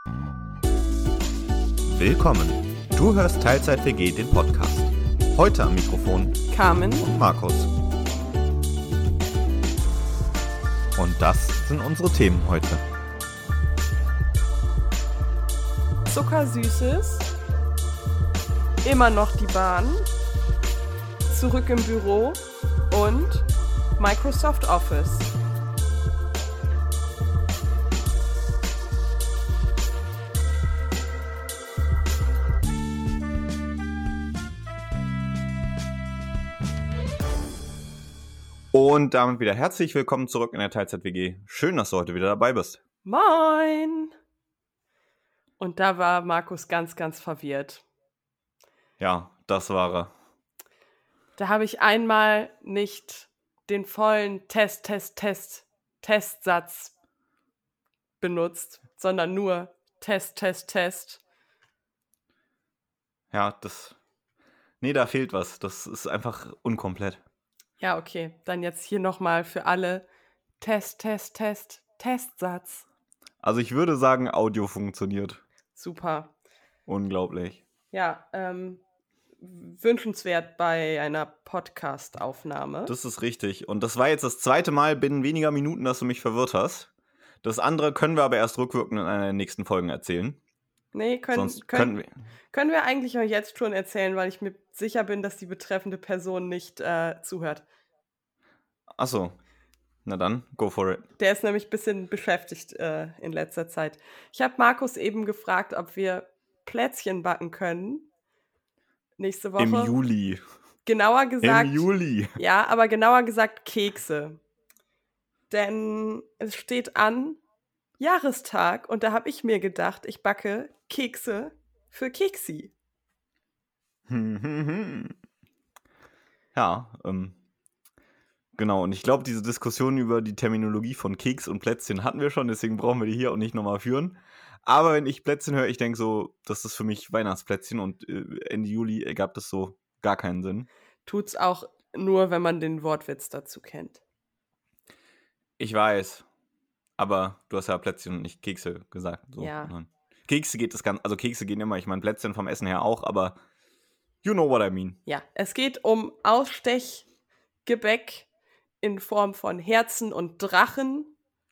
Willkommen. Du hörst Teilzeit WG, den Podcast. Heute am Mikrofon Carmen und Markus. Und das sind unsere Themen heute. Zuckersüßes, immer noch die Bahn, zurück im Büro und Microsoft Office. Und damit wieder herzlich willkommen zurück in der Teilzeit WG. Schön, dass du heute wieder dabei bist. Moin! Und da war Markus ganz, ganz verwirrt. Ja, das war er. Da habe ich einmal nicht den vollen Testsatz benutzt, sondern nur Test. Ja, da fehlt was. Das ist einfach unkomplett. Ja, okay. Dann jetzt hier nochmal für alle Testsatz. Also ich würde sagen, Audio funktioniert. Super. Unglaublich. Ja, wünschenswert bei einer Podcast-Aufnahme. Das ist richtig. Und das war jetzt das zweite Mal binnen weniger Minuten, dass du mich verwirrt hast. Das andere können wir aber erst rückwirkend in einer der nächsten Folgen erzählen. Nee, können wir eigentlich auch jetzt schon erzählen, weil ich mir sicher bin, dass die betreffende Person nicht zuhört. Achso, na dann, go for it. Der ist nämlich ein bisschen beschäftigt in letzter Zeit. Ich habe Markus eben gefragt, ob wir Plätzchen backen können. Nächste Woche. Im Juli. Genauer gesagt. Im Juli. Ja, aber genauer gesagt Kekse. Denn es steht an Jahrestag und da habe ich mir gedacht, ich backe Kekse für Keksi. Ja, genau. Und ich glaube, diese Diskussion über die Terminologie von Keks und Plätzchen hatten wir schon, deswegen brauchen wir die hier auch nicht nochmal führen. Aber wenn ich Plätzchen höre, ich denke so, das ist für mich Weihnachtsplätzchen und Ende Juli ergab das so gar keinen Sinn. Tut's auch nur, wenn man den Wortwitz dazu kennt. Ich weiß, aber du hast ja Plätzchen und nicht Kekse gesagt. So. Ja. Kekse Kekse gehen immer, ich meine Plätzchen vom Essen her auch, aber you know what I mean. Ja, es geht um Ausstechgebäck in Form von Herzen und Drachen.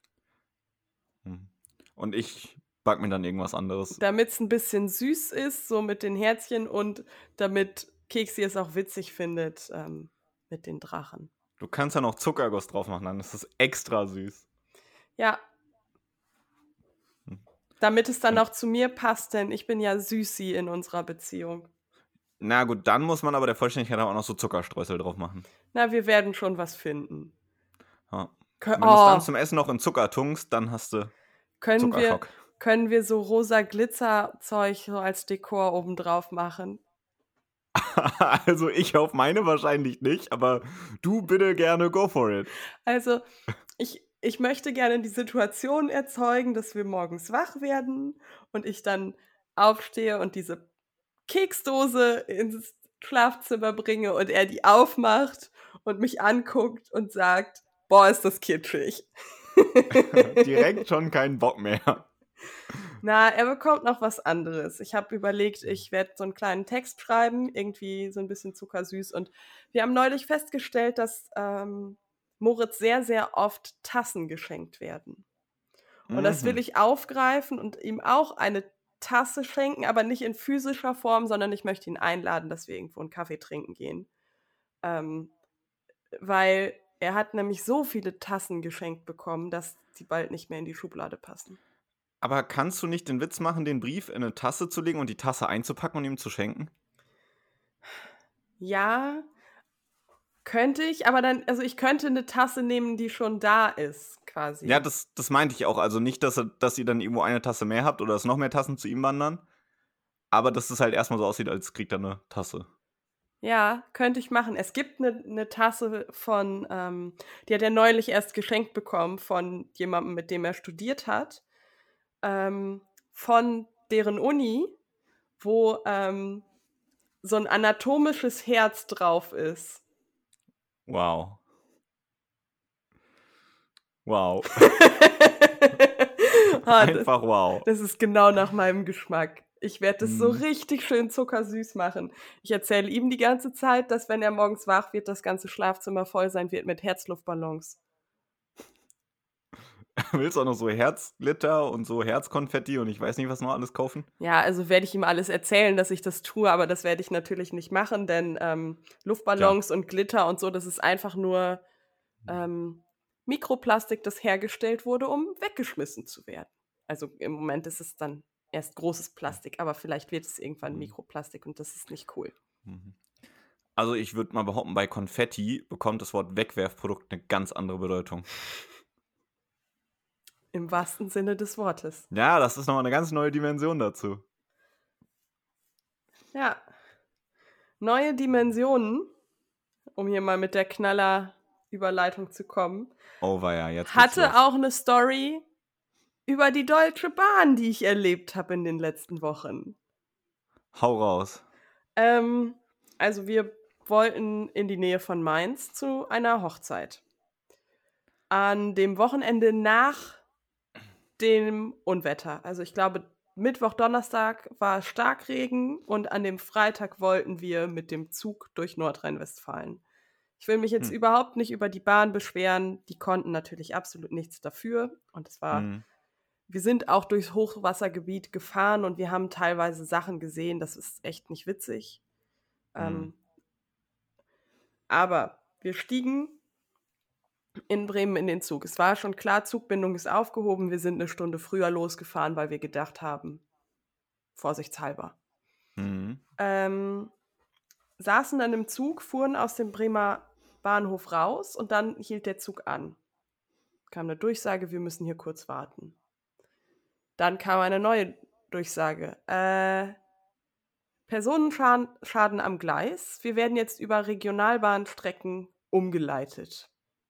Und ich back mir dann irgendwas anderes. Damit es ein bisschen süß ist, so mit den Herzchen und damit Keksi es auch witzig findet mit den Drachen. Du kannst ja noch Zuckerguss drauf machen, dann ist es extra süß. Ja. Damit es dann auch zu mir passt, denn ich bin ja Süßi in unserer Beziehung. Na gut, dann muss man aber der Vollständigkeit auch noch so Zuckerstreusel drauf machen. Na, wir werden schon was finden. Ja. Wenn du es dann zum Essen noch in Zucker tunkst, dann hast du Zuckerschock. Können wir so rosa Glitzerzeug so als Dekor obendrauf machen? Also ich auf meine wahrscheinlich nicht, aber du bitte gerne go for it. Also ich möchte gerne die Situation erzeugen, dass wir morgens wach werden und ich dann aufstehe und diese Keksdose ins Schlafzimmer bringe und er die aufmacht und mich anguckt und sagt, boah, ist das kitschig. Direkt schon keinen Bock mehr. Na, er bekommt noch was anderes. Ich habe überlegt, ich werde so einen kleinen Text schreiben, irgendwie so ein bisschen zuckersüß. Und wir haben neulich festgestellt, dass Moritz sehr, sehr oft Tassen geschenkt werden. Und das will ich aufgreifen und ihm auch eine Tasse schenken, aber nicht in physischer Form, sondern ich möchte ihn einladen, dass wir irgendwo einen Kaffee trinken gehen. Weil er hat nämlich so viele Tassen geschenkt bekommen, dass die bald nicht mehr in die Schublade passen. Aber kannst du nicht den Witz machen, den Brief in eine Tasse zu legen und die Tasse einzupacken und ihm zu schenken? Ja, könnte ich, aber dann, also ich könnte eine Tasse nehmen, die schon da ist, quasi. Ja, das meinte ich auch. Also nicht, dass ihr dann irgendwo eine Tasse mehr habt oder dass noch mehr Tassen zu ihm wandern. Aber dass es halt erstmal so aussieht, als kriegt er eine Tasse. Ja, könnte ich machen. Es gibt eine Tasse von, die hat er neulich erst geschenkt bekommen von jemandem, mit dem er studiert hat. Von deren Uni, wo so ein anatomisches Herz drauf ist. Wow. Wow. Ah, Einfach wow. das ist genau nach meinem Geschmack. Ich werde das so Mhm. richtig schön zuckersüß machen. Ich erzähle ihm die ganze Zeit, dass, wenn er morgens wach wird, das ganze Schlafzimmer voll sein wird mit Herzluftballons. Willst du auch noch so Herzglitter und so Herzkonfetti und ich weiß nicht, was noch alles kaufen? Ja, also werde ich ihm alles erzählen, dass ich das tue, aber das werde ich natürlich nicht machen, denn Klar. Luftballons und Glitter und so, das ist einfach nur Mikroplastik, das hergestellt wurde, um weggeschmissen zu werden. Also im Moment ist es dann erst großes Plastik, aber vielleicht wird es irgendwann Mhm. Mikroplastik und das ist nicht cool. Mhm. Also ich würde mal behaupten, bei Konfetti bekommt das Wort Wegwerfprodukt eine ganz andere Bedeutung. Im wahrsten Sinne des Wortes. Ja, das ist nochmal eine ganz neue Dimension dazu. Ja. Neue Dimensionen, um hier mal mit der Knaller-Überleitung zu kommen, Oh weia, jetzt geht's hatte los. auch eine Story über die Deutsche Bahn, die ich erlebt habe in den letzten Wochen. Hau raus. Also wir wollten in die Nähe von Mainz zu einer Hochzeit. An dem Wochenende nach dem Unwetter. Also ich glaube, Mittwoch, Donnerstag war Starkregen und an dem Freitag wollten wir mit dem Zug durch Nordrhein-Westfalen. Ich will mich jetzt überhaupt nicht über die Bahn beschweren. Die konnten natürlich absolut nichts dafür. Und wir sind auch durchs Hochwassergebiet gefahren und wir haben teilweise Sachen gesehen. Das ist echt nicht witzig. Aber wir stiegen in Bremen in den Zug. Es war schon klar, Zugbindung ist aufgehoben. Wir sind eine Stunde früher losgefahren, weil wir gedacht haben, vorsichtshalber. Saßen dann im Zug, fuhren aus dem Bremer Bahnhof raus und dann hielt der Zug an. Kam eine Durchsage, wir müssen hier kurz warten. Dann kam eine neue Durchsage. Personenschaden am Gleis. Wir werden jetzt über Regionalbahnstrecken umgeleitet.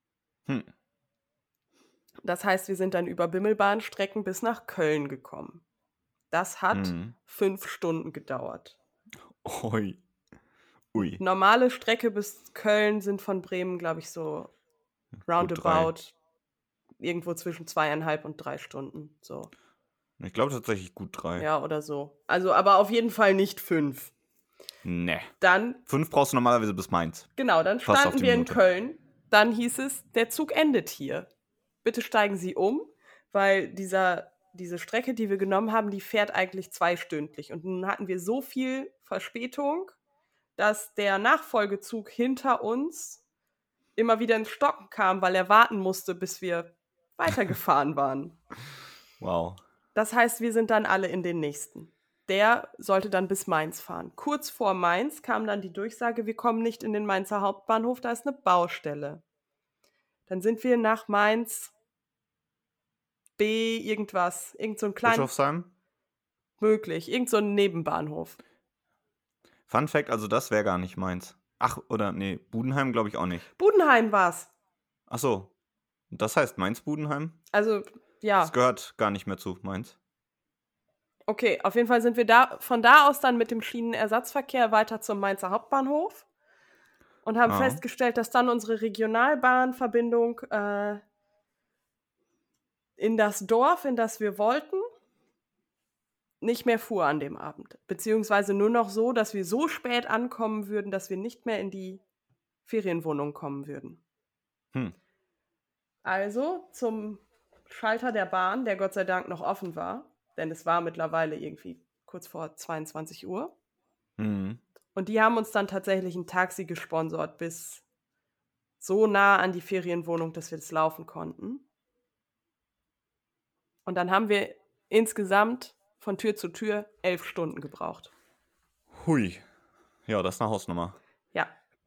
Das heißt, wir sind dann über Bimmelbahnstrecken bis nach Köln gekommen. Das hat 5 Stunden gedauert. Ui. Ui. Normale Strecke bis Köln sind von Bremen, glaube ich, so roundabout irgendwo zwischen 2,5 und 3 Stunden. So. Ich glaube tatsächlich gut 3. Ja, oder so. Also, aber auf jeden Fall nicht 5. Nee. Dann 5 brauchst du normalerweise bis Mainz. Genau, dann Fast auf standen die wir in Minute. Köln. Dann hieß es, der Zug endet hier. Bitte steigen Sie um, weil diese Strecke, die wir genommen haben, die fährt eigentlich 2-stündlich. Und nun hatten wir so viel Verspätung, dass der Nachfolgezug hinter uns immer wieder ins Stocken kam, weil er warten musste, bis wir weitergefahren waren. Wow. Das heißt, wir sind dann alle in den nächsten. Der sollte dann bis Mainz fahren. Kurz vor Mainz kam dann die Durchsage, wir kommen nicht in den Mainzer Hauptbahnhof, da ist eine Baustelle. Dann sind wir nach Mainz B irgendwas, irgend so ein kleinen, Bischofsheim? möglich, irgend so ein Nebenbahnhof. Fun Fact, also das wäre gar nicht Mainz. Ach, oder nee, Budenheim glaube ich auch nicht. Budenheim war's. Ach so. Und das heißt Mainz-Budenheim? Also, ja. Das gehört gar nicht mehr zu Mainz. Okay, auf jeden Fall sind wir von da aus dann mit dem Schienenersatzverkehr weiter zum Mainzer Hauptbahnhof und haben festgestellt, dass dann unsere Regionalbahnverbindung in das Dorf, in das wir wollten, nicht mehr fuhr an dem Abend. Beziehungsweise nur noch so, dass wir so spät ankommen würden, dass wir nicht mehr in die Ferienwohnung kommen würden. Also zum Schalter der Bahn, der Gott sei Dank noch offen war, denn es war mittlerweile irgendwie kurz vor 22 Uhr. Und die haben uns dann tatsächlich ein Taxi gesponsert bis so nah an die Ferienwohnung, dass wir das laufen konnten. Und dann haben wir insgesamt von Tür zu Tür 11 Stunden gebraucht. Hui. Ja, das ist eine Hausnummer. Ja.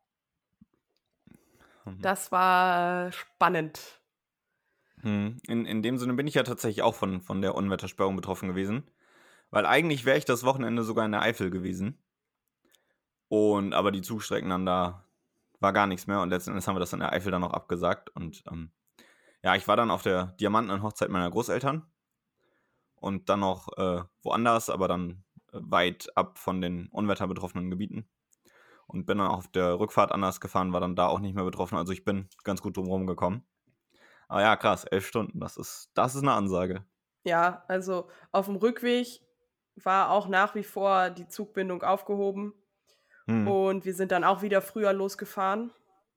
Das war spannend. In dem Sinne bin ich ja tatsächlich auch von der Unwettersperrung betroffen gewesen. Weil eigentlich wäre ich das Wochenende sogar in der Eifel gewesen. Aber die Zugstrecken dann da war gar nichts mehr. Und letzten Endes haben wir das in der Eifel dann noch abgesagt. Und ja, ich war dann auf der Diamanten-Hochzeit meiner Großeltern. Und dann noch woanders, aber dann weit ab von den unwetterbetroffenen Gebieten. Und bin dann auch auf der Rückfahrt anders gefahren, war dann da auch nicht mehr betroffen. Also ich bin ganz gut drumherum gekommen. Aber ja, krass, 11 Stunden, das ist eine Ansage. Ja, also auf dem Rückweg war auch nach wie vor die Zugbindung aufgehoben Hm. und wir sind dann auch wieder früher losgefahren.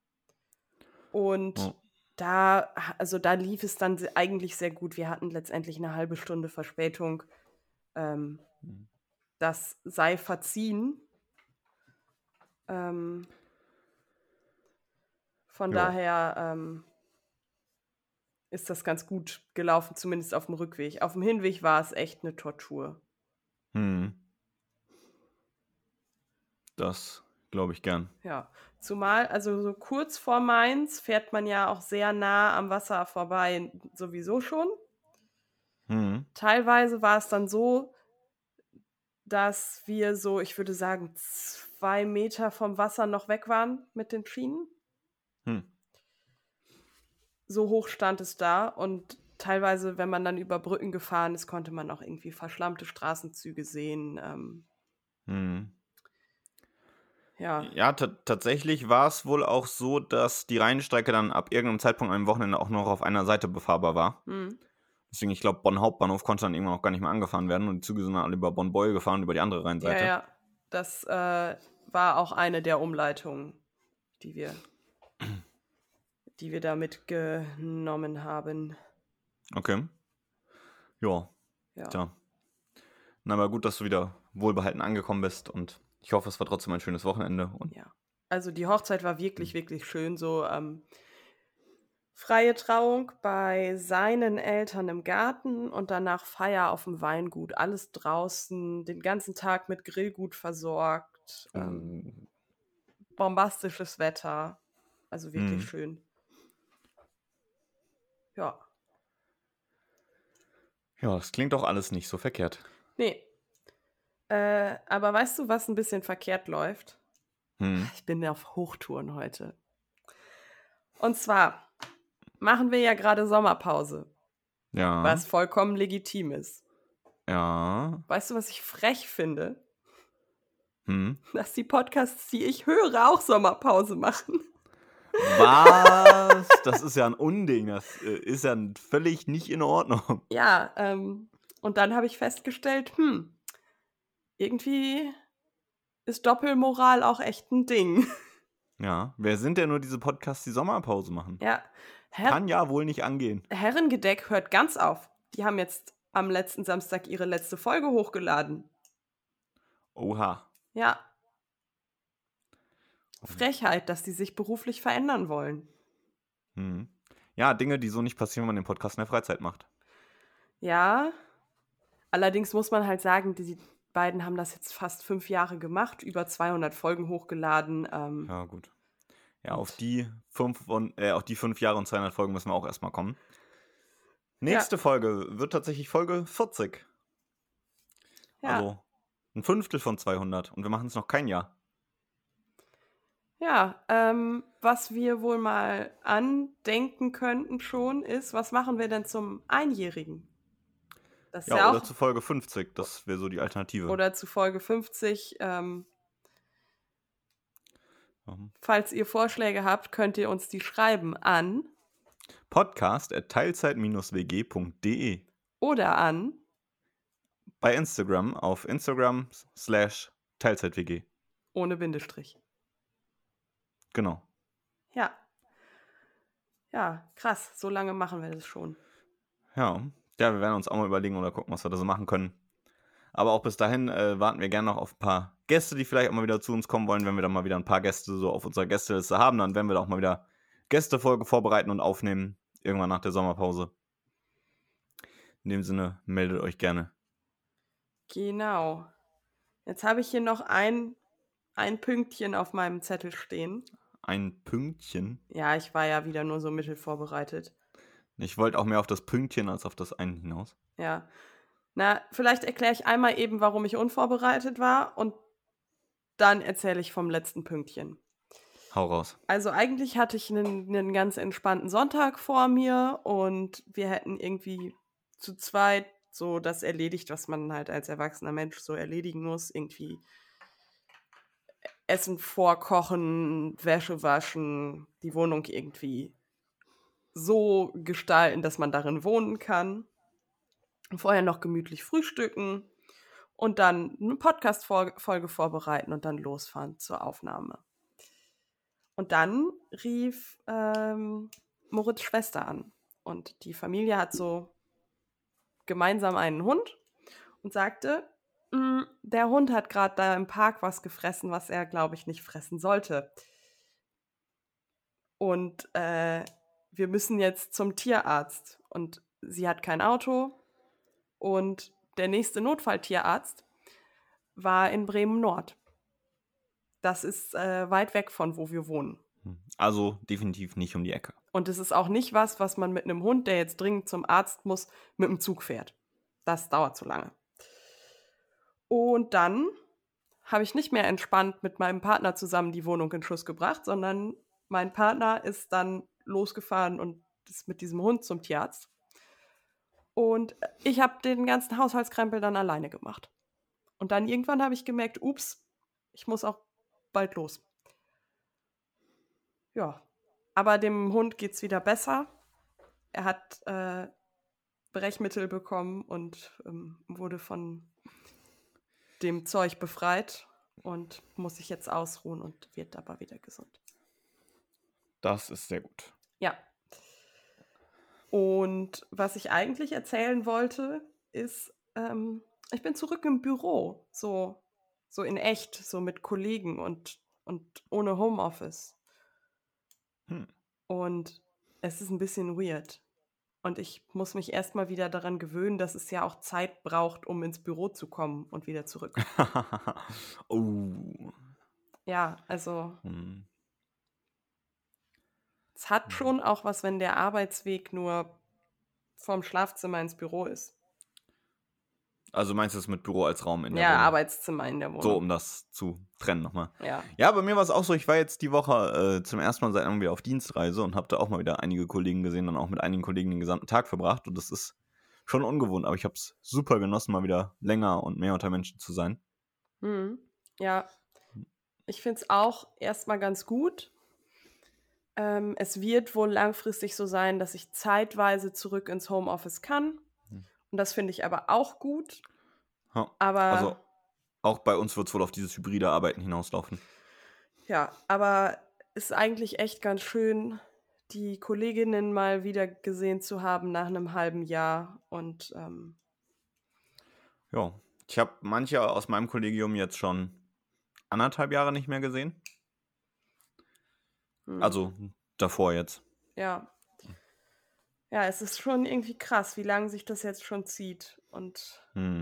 Und Ja. da lief es dann eigentlich sehr gut. Wir hatten letztendlich eine halbe Stunde Verspätung. Ähm, Hm. Das sei verziehen. Ähm, von Ja. daher ist das ganz gut gelaufen, zumindest auf dem Rückweg. Auf dem Hinweg war es echt eine Tortur. Hm. Das glaube ich gern. Ja, zumal, also so kurz vor Mainz fährt man ja auch sehr nah am Wasser vorbei, sowieso schon. Hm. Teilweise war es dann so, dass wir so, ich würde sagen, 2 Meter vom Wasser noch weg waren mit den Schienen. Hm. So hoch stand es da und teilweise, wenn man dann über Brücken gefahren ist, konnte man auch irgendwie verschlammte Straßenzüge sehen. Hm. Ja. Ja, tatsächlich war es wohl auch so, dass die Rheinstrecke dann ab irgendeinem Zeitpunkt am Wochenende auch nur noch auf einer Seite befahrbar war. Hm. Deswegen, ich glaube, Bonn Hauptbahnhof konnte dann irgendwann auch gar nicht mehr angefahren werden und die Züge sind dann alle über Bonn-Beuel gefahren, über die andere Ja, Rheinseite. ja. Das war auch eine der Umleitungen, die wir da mitgenommen haben. Okay. Ja, Ja. tja. Na, aber gut, dass du wieder wohlbehalten angekommen bist und ich hoffe, es war trotzdem ein schönes Wochenende. Und Ja. Also die Hochzeit war wirklich, wirklich schön. So freie Trauung bei seinen Eltern im Garten und danach Feier auf dem Weingut. Alles draußen, den ganzen Tag mit Grillgut versorgt. Bombastisches Wetter. Also wirklich hm. schön. Ja. Ja, das klingt doch alles nicht so verkehrt. Nee. Aber weißt du, was ein bisschen verkehrt läuft? Hm. Ich bin auf Hochtouren heute. Und zwar machen wir ja gerade Sommerpause, Ja, was vollkommen legitim ist. ja. Weißt du, was ich frech finde? Hm. Dass die Podcasts, die ich höre, auch Sommerpause machen. Was? Das ist ja ein Unding. Das ist ja völlig nicht in Ordnung. Ja, und dann habe ich festgestellt, irgendwie ist Doppelmoral auch echt ein Ding. Ja, wer sind denn nur diese Podcasts, die Sommerpause machen? Ja, Kann ja wohl nicht angehen. Herrengedeck hört ganz auf. Die haben jetzt am letzten Samstag ihre letzte Folge hochgeladen. Oha. Ja. Frechheit, dass die sich beruflich verändern wollen. Hm. Ja, Dinge, die so nicht passieren, wenn man den Podcast in der Freizeit macht. Ja, allerdings muss man halt sagen, die beiden haben das jetzt fast 5 Jahre gemacht, über 200 Folgen hochgeladen. Ja, gut. Ja, auf die 5 Jahre und 200 Folgen müssen wir auch erstmal kommen. Nächste Folge wird tatsächlich Folge 40. Ja, Also ein Fünftel von 200 und wir machen es noch kein Jahr. ja, was wir wohl mal andenken könnten schon ist, was machen wir denn zum Einjährigen? Das ist Ja, ja oder auch, zu Folge 50, das wäre so die Alternative. oder zu Folge 50. Falls ihr Vorschläge habt, könnt ihr uns die schreiben an podcast@teilzeit-wg.de oder an. bei Instagram auf Instagram/Teilzeit-WG. Ohne Bindestrich. Genau. Ja. Ja, krass. So lange machen wir das schon. Ja. Ja, wir werden uns auch mal überlegen oder gucken, was wir da so machen können. Aber auch bis dahin warten wir gerne noch auf ein paar Gäste, die vielleicht auch mal wieder zu uns kommen wollen. Wenn wir dann mal wieder ein paar Gäste so auf unserer Gästeliste haben, dann werden wir da auch mal wieder Gästefolge vorbereiten und aufnehmen. Irgendwann nach der Sommerpause. In dem Sinne, meldet euch gerne. Genau. Jetzt habe ich hier noch ein Pünktchen auf meinem Zettel stehen. Ein Pünktchen. Ja, ich war ja wieder nur so mittelvorbereitet. Ich wollte auch mehr auf das Pünktchen als auf das Ein hinaus. Ja. Na, vielleicht erkläre ich einmal eben, warum ich unvorbereitet war und dann erzähle ich vom letzten Pünktchen. Hau raus. Also eigentlich hatte ich einen ganz entspannten Sonntag vor mir und wir hätten irgendwie zu zweit so das erledigt, was man halt als erwachsener Mensch so erledigen muss. Irgendwie Essen vorkochen, Wäsche waschen, die Wohnung irgendwie so gestalten, dass man darin wohnen kann. vorher noch gemütlich frühstücken und dann eine Podcast-Folge vorbereiten und dann losfahren zur Aufnahme. Und dann rief Moritz' Schwester an. Und die Familie hat so gemeinsam einen Hund und sagte, der Hund hat gerade da im Park was gefressen, was er, glaube ich, nicht fressen sollte. Und wir müssen jetzt zum Tierarzt. Und sie hat kein Auto. Und der nächste Notfalltierarzt war in Bremen-Nord. Das ist weit weg von wo wir wohnen. Also definitiv nicht um die Ecke. Und es ist auch nicht was man mit einem Hund, der jetzt dringend zum Arzt muss, mit dem Zug fährt. Das dauert zu lange. Und dann habe ich nicht mehr entspannt mit meinem Partner zusammen die Wohnung in Schuss gebracht, sondern mein Partner ist dann losgefahren und ist mit diesem Hund zum Tierarzt. Und ich habe den ganzen Haushaltskrempel dann alleine gemacht. Und dann irgendwann habe ich gemerkt, ups, ich muss auch bald los. Ja, aber dem Hund geht's wieder besser. Er hat Brechmittel bekommen und wurde von dem Zeug befreit und muss sich jetzt ausruhen und wird aber wieder gesund. Das ist sehr gut. Ja. Und was ich eigentlich erzählen wollte, ist, ich bin zurück im Büro, so in echt, so mit Kollegen und ohne Homeoffice. Und es ist ein bisschen weird. Und ich muss mich erstmal wieder daran gewöhnen, dass es ja auch Zeit braucht, um ins Büro zu kommen und wieder zurück. Oh. Ja, also es hat schon auch was, wenn der Arbeitsweg nur vom Schlafzimmer ins Büro ist. Also meinst du es mit Büro als Raum in der Ja, Wohnung? Arbeitszimmer in der Wohnung. So, um das zu trennen nochmal. Ja. Ja, bei mir war es auch so, ich war jetzt die Woche zum ersten Mal seit langem wieder auf Dienstreise und habe da auch mal wieder einige Kollegen gesehen und auch mit einigen Kollegen den gesamten Tag verbracht. Und das ist schon ungewohnt, aber ich habe es super genossen, mal wieder länger und mehr unter Menschen zu sein. Ja, ich finde es auch erstmal ganz gut. Es wird wohl langfristig so sein, dass ich zeitweise zurück ins Homeoffice kann. Und das finde ich aber auch gut. Ja. Aber Also auch bei uns wird es wohl auf dieses hybride Arbeiten hinauslaufen. ja, aber es ist eigentlich echt ganz schön, die Kolleginnen mal wieder gesehen zu haben nach einem halben Jahr. Und Ja, ich habe manche aus meinem Kollegium jetzt schon 1,5 Jahre nicht mehr gesehen. Also davor jetzt. Ja. Ja, es ist schon irgendwie krass, wie lange sich das jetzt schon zieht. Und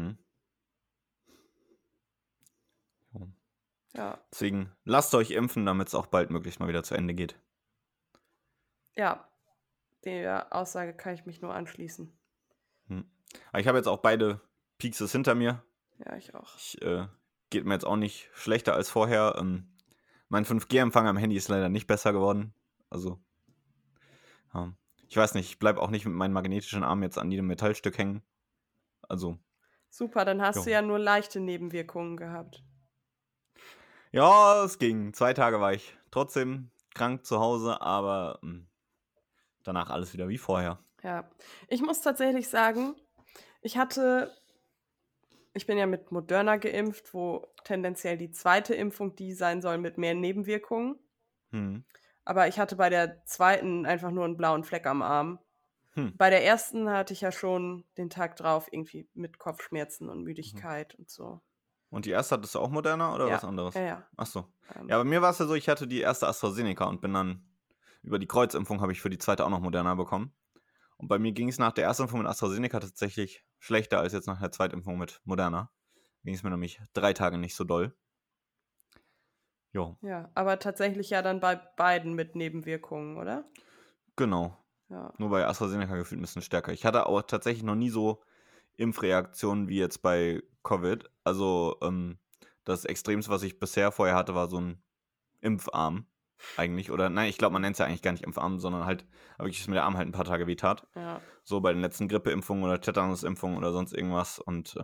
ja. Deswegen lasst euch impfen, damit es auch bald möglichst mal wieder zu Ende geht. Ja, der Aussage kann ich mich nur anschließen. Aber ich habe jetzt auch beide Piekses hinter mir. Ja, ich auch. Geht mir jetzt auch nicht schlechter als vorher. Mein 5G-Empfang am Handy ist leider nicht besser geworden. Also, ich weiß nicht, ich bleibe auch nicht mit meinen magnetischen Armen jetzt an jedem Metallstück hängen. Also. Super, dann hast du ja nur leichte Nebenwirkungen gehabt. Ja, es ging. 2 Tage war ich trotzdem krank zu Hause, aber danach alles wieder wie vorher. Ja, ich muss tatsächlich sagen, ich bin ja mit Moderna geimpft, wo tendenziell die zweite Impfung die sein soll mit mehr Nebenwirkungen. Aber ich hatte bei der zweiten einfach nur einen blauen Fleck am Arm. Bei der ersten hatte ich ja schon den Tag drauf irgendwie mit Kopfschmerzen und Müdigkeit und so. Und die erste hattest du auch Moderna oder was anderes? Ja. Ach so. Ja, bei mir war es ja so, ich hatte die erste AstraZeneca und bin dann über die Kreuzimpfung habe ich für die zweite auch noch Moderna bekommen. Und bei mir ging es nach der ersten Impfung mit AstraZeneca tatsächlich schlechter als jetzt nach der Zweitimpfung mit Moderna. Ging es mir nämlich 3 Tage nicht so doll. Jo. Ja, aber tatsächlich ja dann bei beiden mit Nebenwirkungen, oder? Genau. Ja. Nur bei AstraZeneca gefühlt ein bisschen stärker. Ich hatte auch tatsächlich noch nie so Impfreaktionen wie jetzt bei Covid. Also das Extremste, was ich bisher vorher hatte, war so ein Impfarm eigentlich. Oder nein, ich glaube, man nennt es ja eigentlich gar nicht Impfarm, sondern halt wirklich, dass mir der Arm halt ein paar Tage wehtat. Ja. So bei den letzten Grippeimpfungen oder Tetanusimpfungen oder sonst irgendwas. Und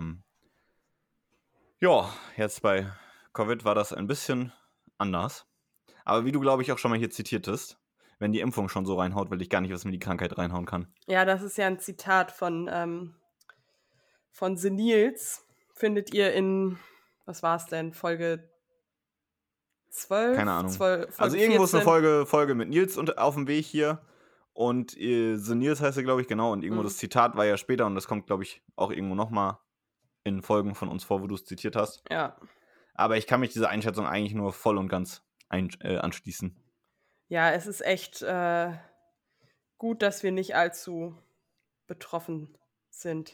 ja, jetzt bei Covid war das ein bisschen anders. Aber wie du, glaube ich, auch schon mal hier zitiertest, wenn die Impfung schon so reinhaut, will ich gar nicht, was mir die Krankheit reinhauen kann. Ja, das ist ja ein Zitat von von Senils findet ihr in, was war es denn, Folge 12? Keine Ahnung. 12, Also Folge irgendwo ist eine 14. Folge mit Nils auf dem Weg hier. Und The Nils heißt er, glaube ich, genau. Und irgendwo das Zitat war ja später und das kommt, glaube ich, auch irgendwo nochmal in Folgen von uns vor, wo du es zitiert hast. Ja. Aber ich kann mich dieser Einschätzung eigentlich nur voll und ganz anschließen. Ja, es ist echt gut, dass wir nicht allzu betroffen sind.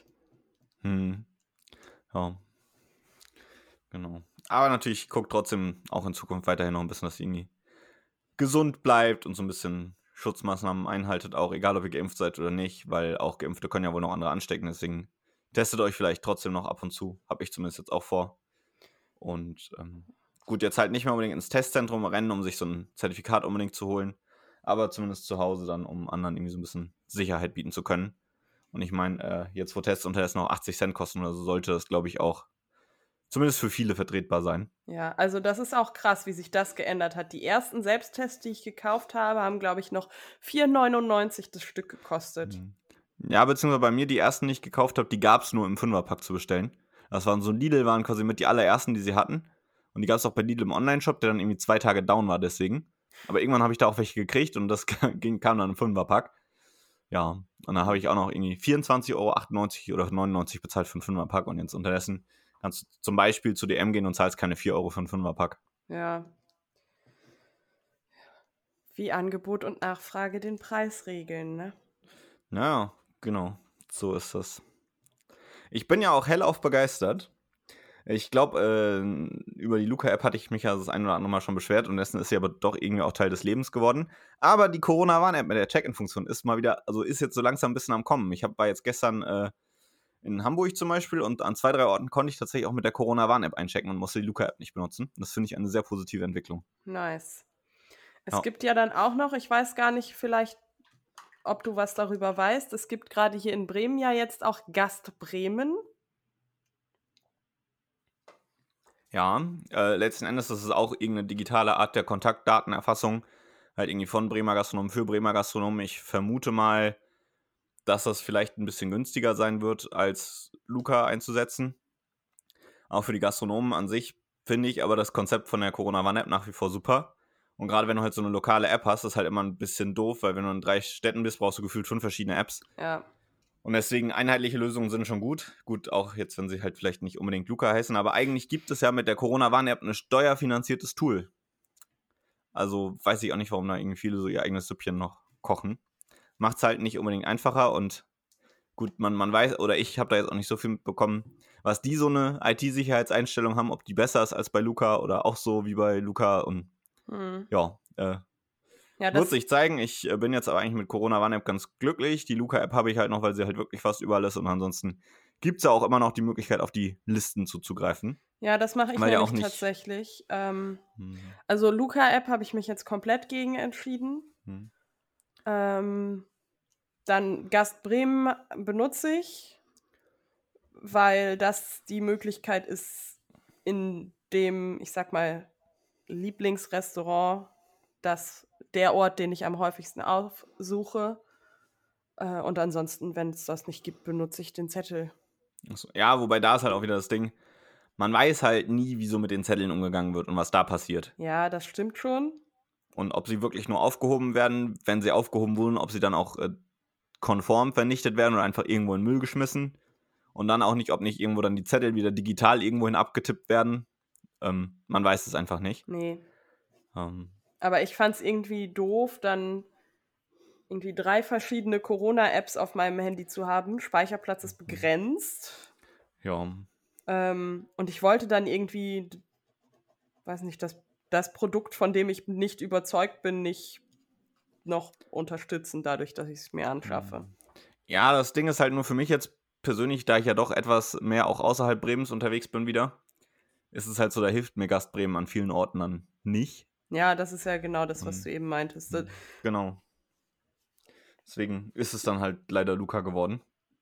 Ja. Genau. Aber natürlich guckt trotzdem auch in Zukunft weiterhin noch ein bisschen, dass ihr irgendwie gesund bleibt und so ein bisschen Schutzmaßnahmen einhaltet, auch egal ob ihr geimpft seid oder nicht, weil auch Geimpfte können ja wohl noch andere anstecken, deswegen testet euch vielleicht trotzdem noch ab und zu. Habe ich zumindest jetzt auch vor. Und gut, jetzt halt nicht mehr unbedingt ins Testzentrum rennen, um sich so ein Zertifikat unbedingt zu holen, aber zumindest zu Hause dann, um anderen irgendwie so ein bisschen Sicherheit bieten zu können. Und ich meine, jetzt wo Tests unterdessen noch 80 Cent kosten oder so, sollte das, glaube ich, auch zumindest für viele vertretbar sein. Ja, also das ist auch krass, wie sich das geändert hat. Die ersten Selbsttests, die ich gekauft habe, haben, glaube ich, noch 4,99 das Stück gekostet. Ja, beziehungsweise bei mir die ersten, die ich gekauft habe, die gab es nur im Fünferpack zu bestellen. Das waren so Lidl, waren quasi mit die allerersten, die sie hatten. Und die gab es auch bei Lidl im Online-Shop, der dann irgendwie 2 Tage down war deswegen. Aber irgendwann habe ich da auch welche gekriegt und das kam dann im Fünferpack. Ja, und da habe ich auch noch irgendwie 24,98 € oder 99 € bezahlt für einen Fünferpack. Und jetzt unterdessen kannst du zum Beispiel zu DM gehen und zahlst keine 4 € für einen Fünferpack. Ja. Wie Angebot und Nachfrage den Preis regeln, ne? Ja, genau. So ist das. Ich bin ja auch hellauf begeistert. Ich glaube, über die Luca-App hatte ich mich ja das ein oder andere Mal schon beschwert und dessen ist sie aber doch irgendwie auch Teil des Lebens geworden. Aber die Corona-Warn-App mit der Check-in-Funktion ist mal wieder, also ist jetzt so langsam ein bisschen am Kommen. War jetzt gestern in Hamburg zum Beispiel und an 2, 3 Orten konnte ich tatsächlich auch mit der Corona-Warn-App einchecken und musste die Luca-App nicht benutzen. Das finde ich eine sehr positive Entwicklung. Nice. Es Ja. gibt ja dann auch noch, ich weiß gar nicht, vielleicht, ob du was darüber weißt, es gibt gerade hier in Bremen ja jetzt auch Gast Bremen. Ja, letzten Endes ist es auch irgendeine digitale Art der Kontaktdatenerfassung, halt irgendwie von Bremer Gastronomen für Bremer Gastronomen. Ich vermute mal, dass das vielleicht ein bisschen günstiger sein wird, als Luca einzusetzen. Auch für die Gastronomen an sich finde ich aber das Konzept von der Corona-Warn-App nach wie vor super. Und gerade wenn du halt so eine lokale App hast, ist halt immer ein bisschen doof, weil wenn du in 3 Städten bist, brauchst du gefühlt 5 verschiedene Apps. Ja. Und deswegen einheitliche Lösungen sind schon gut. Gut, auch jetzt, wenn sie halt vielleicht nicht unbedingt Luca heißen, aber eigentlich gibt es ja mit der Corona-Warn-App ein steuerfinanziertes Tool. Also weiß ich auch nicht, warum da irgendwie viele so ihr eigenes Süppchen noch kochen. Macht es halt nicht unbedingt einfacher und gut, man weiß, oder ich habe da jetzt auch nicht so viel mitbekommen, was die so eine IT-Sicherheitseinstellung haben, ob die besser ist als bei Luca oder auch so wie bei Luca und ja, Ja, wird sich zeigen. Ich bin jetzt aber eigentlich mit Corona-Warn-App ganz glücklich. Die Luca-App habe ich halt noch, weil sie halt wirklich fast überall ist und ansonsten gibt es ja auch immer noch die Möglichkeit, auf die Listen zuzugreifen. Ja, das mache ich Weil ja nämlich auch nicht. tatsächlich. Also Luca-App habe ich mich jetzt komplett gegen entschieden. Dann Gast Bremen benutze ich, weil das die Möglichkeit ist, in dem, ich sag mal, Lieblingsrestaurant, der Ort, den ich am häufigsten aufsuche. Und ansonsten, wenn es das nicht gibt, benutze ich den Zettel. Achso, ja, wobei da ist halt auch wieder das Ding, man weiß halt nie, wie so mit den Zetteln umgegangen wird und was da passiert. Ja, das stimmt schon. Und ob sie wirklich nur aufgehoben werden, wenn sie aufgehoben wurden, ob sie dann auch konform vernichtet werden oder einfach irgendwo in den Müll geschmissen. Und dann auch nicht, ob nicht irgendwo dann die Zettel wieder digital irgendwohin abgetippt werden. Man weiß es einfach nicht. Nee. Ähm, Aber ich fand es irgendwie doof, dann irgendwie 3 verschiedene Corona-Apps auf meinem Handy zu haben. Speicherplatz ist begrenzt. ja. Und ich wollte dann irgendwie, weiß nicht, das Produkt, von dem ich nicht überzeugt bin, nicht noch unterstützen, dadurch, dass ich es mir anschaffe. Ja, das Ding ist halt nur für mich jetzt persönlich, da ich ja doch etwas mehr auch außerhalb Bremens unterwegs bin wieder, ist es halt so, da hilft mir Gast Bremen an vielen Orten dann nicht. Ja, das ist ja genau das, was du eben meintest. Genau. Deswegen ist es dann halt leider Luca geworden.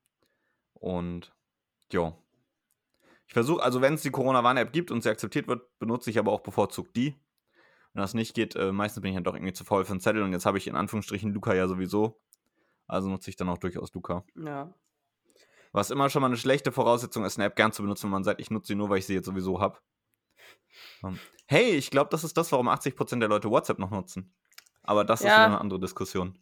Und ja. Ich versuche, also wenn es die Corona-Warn-App gibt und sie akzeptiert wird, benutze ich aber auch bevorzugt die. Wenn das nicht geht, meistens bin ich halt doch irgendwie zu faul für einen Zettel und jetzt habe ich in Anführungsstrichen Luca ja sowieso. Also nutze ich dann auch durchaus Luca. Ja. Was immer schon mal eine schlechte Voraussetzung ist, eine App gern zu benutzen, wenn man sagt, ich nutze sie nur, weil ich sie jetzt sowieso habe. Hey, ich glaube, das ist das, warum 80% der Leute WhatsApp noch nutzen. Aber das ist wieder eine andere Diskussion.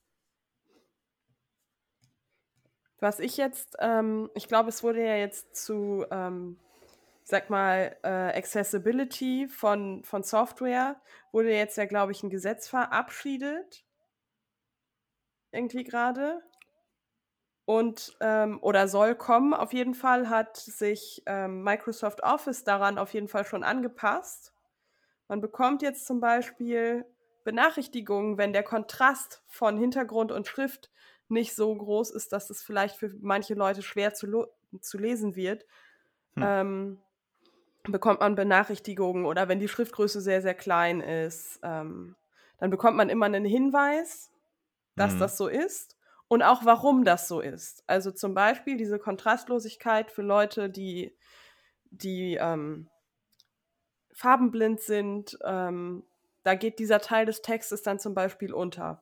Was ich jetzt, ich glaube, es wurde ja jetzt zu, sag mal, Accessibility von Software, wurde jetzt ja, glaube ich, ein Gesetz verabschiedet. Irgendwie gerade. Und, oder soll kommen. Auf jeden Fall hat sich Microsoft Office daran auf jeden Fall schon angepasst. Man bekommt jetzt zum Beispiel Benachrichtigungen, wenn der Kontrast von Hintergrund und Schrift nicht so groß ist, dass es vielleicht für manche Leute schwer zu lesen wird. Bekommt man Benachrichtigungen, oder wenn die Schriftgröße sehr, sehr klein ist, dann bekommt man immer einen Hinweis, dass das so ist und auch warum das so ist. Also zum Beispiel diese Kontrastlosigkeit für Leute, die farbenblind sind, da geht dieser Teil des Textes dann zum Beispiel unter.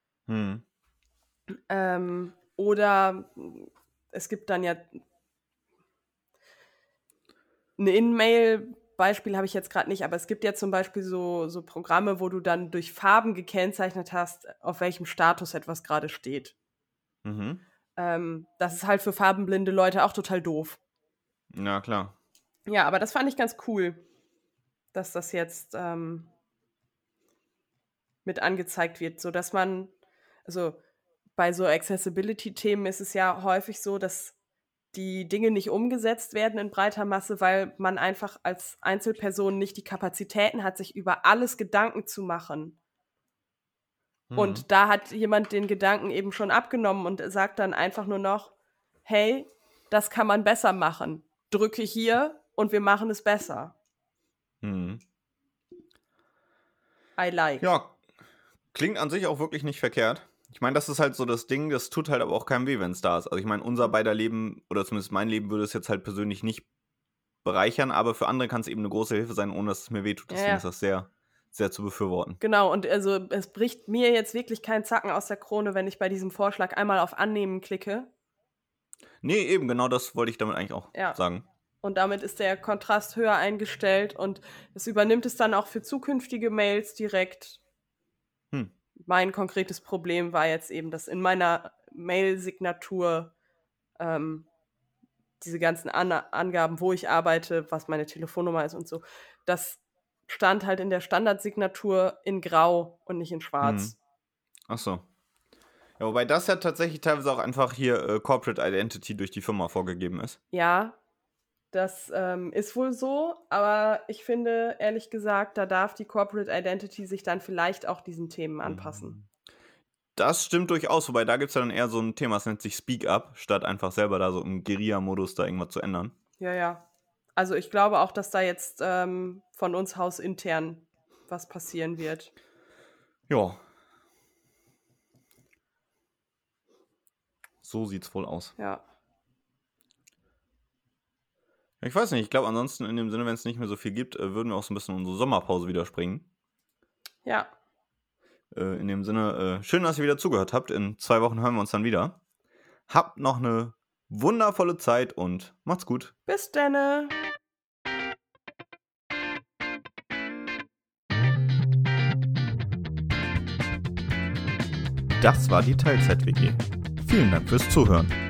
Oder es gibt dann ja eine In-Mail-Beispiel habe ich jetzt gerade nicht, aber es gibt ja zum Beispiel so Programme, wo du dann durch Farben gekennzeichnet hast, auf welchem Status etwas gerade steht. Das ist halt für farbenblinde Leute auch total doof. Ja, klar. Ja, aber das fand ich ganz cool, dass das jetzt mit angezeigt wird, sodass man, also bei so Accessibility-Themen ist es ja häufig so, dass die Dinge nicht umgesetzt werden in breiter Masse, weil man einfach als Einzelperson nicht die Kapazitäten hat, sich über alles Gedanken zu machen. Und da hat jemand den Gedanken eben schon abgenommen und sagt dann einfach nur noch, hey, das kann man besser machen. Drücke hier und wir machen es besser. I like. Ja, klingt an sich auch wirklich nicht verkehrt. Ich meine, das ist halt so das Ding, das tut halt aber auch keinem weh, wenn es da ist. Also ich meine, unser beider Leben, oder zumindest mein Leben, würde es jetzt halt persönlich nicht bereichern, aber für andere kann es eben eine große Hilfe sein, ohne dass es mir wehtut. Deswegen ist das sehr, sehr zu befürworten. Genau, und also es bricht mir jetzt wirklich keinen Zacken aus der Krone, wenn ich bei diesem Vorschlag einmal auf Annehmen klicke. Nee, eben, genau das wollte ich damit eigentlich auch sagen. Und damit ist der Kontrast höher eingestellt und es übernimmt es dann auch für zukünftige Mails direkt. Mein konkretes Problem war jetzt eben, dass in meiner Mail-Signatur diese ganzen Angaben, wo ich arbeite, was meine Telefonnummer ist und so, das stand halt in der Standardsignatur in Grau und nicht in Schwarz. Ach so. Ja, wobei das ja tatsächlich teilweise auch einfach hier Corporate Identity durch die Firma vorgegeben ist. Ja, das ist wohl so, aber ich finde, ehrlich gesagt, da darf die Corporate Identity sich dann vielleicht auch diesen Themen anpassen. Das stimmt durchaus, wobei da gibt es ja dann eher so ein Thema, das nennt sich Speak Up, statt einfach selber da so im Guerilla-Modus da irgendwas zu ändern. Ja. Also ich glaube auch, dass da jetzt von uns hausintern was passieren wird. Ja. So sieht's wohl aus. Ja. Ich weiß nicht, ich glaube ansonsten in dem Sinne, wenn es nicht mehr so viel gibt, würden wir auch so ein bisschen unsere Sommerpause wieder springen. Ja. In dem Sinne, schön, dass ihr wieder zugehört habt. In 2 Wochen hören wir uns dann wieder. Habt noch eine wundervolle Zeit und macht's gut. Bis denne. Das war die Teilzeit-WG. Vielen Dank fürs Zuhören.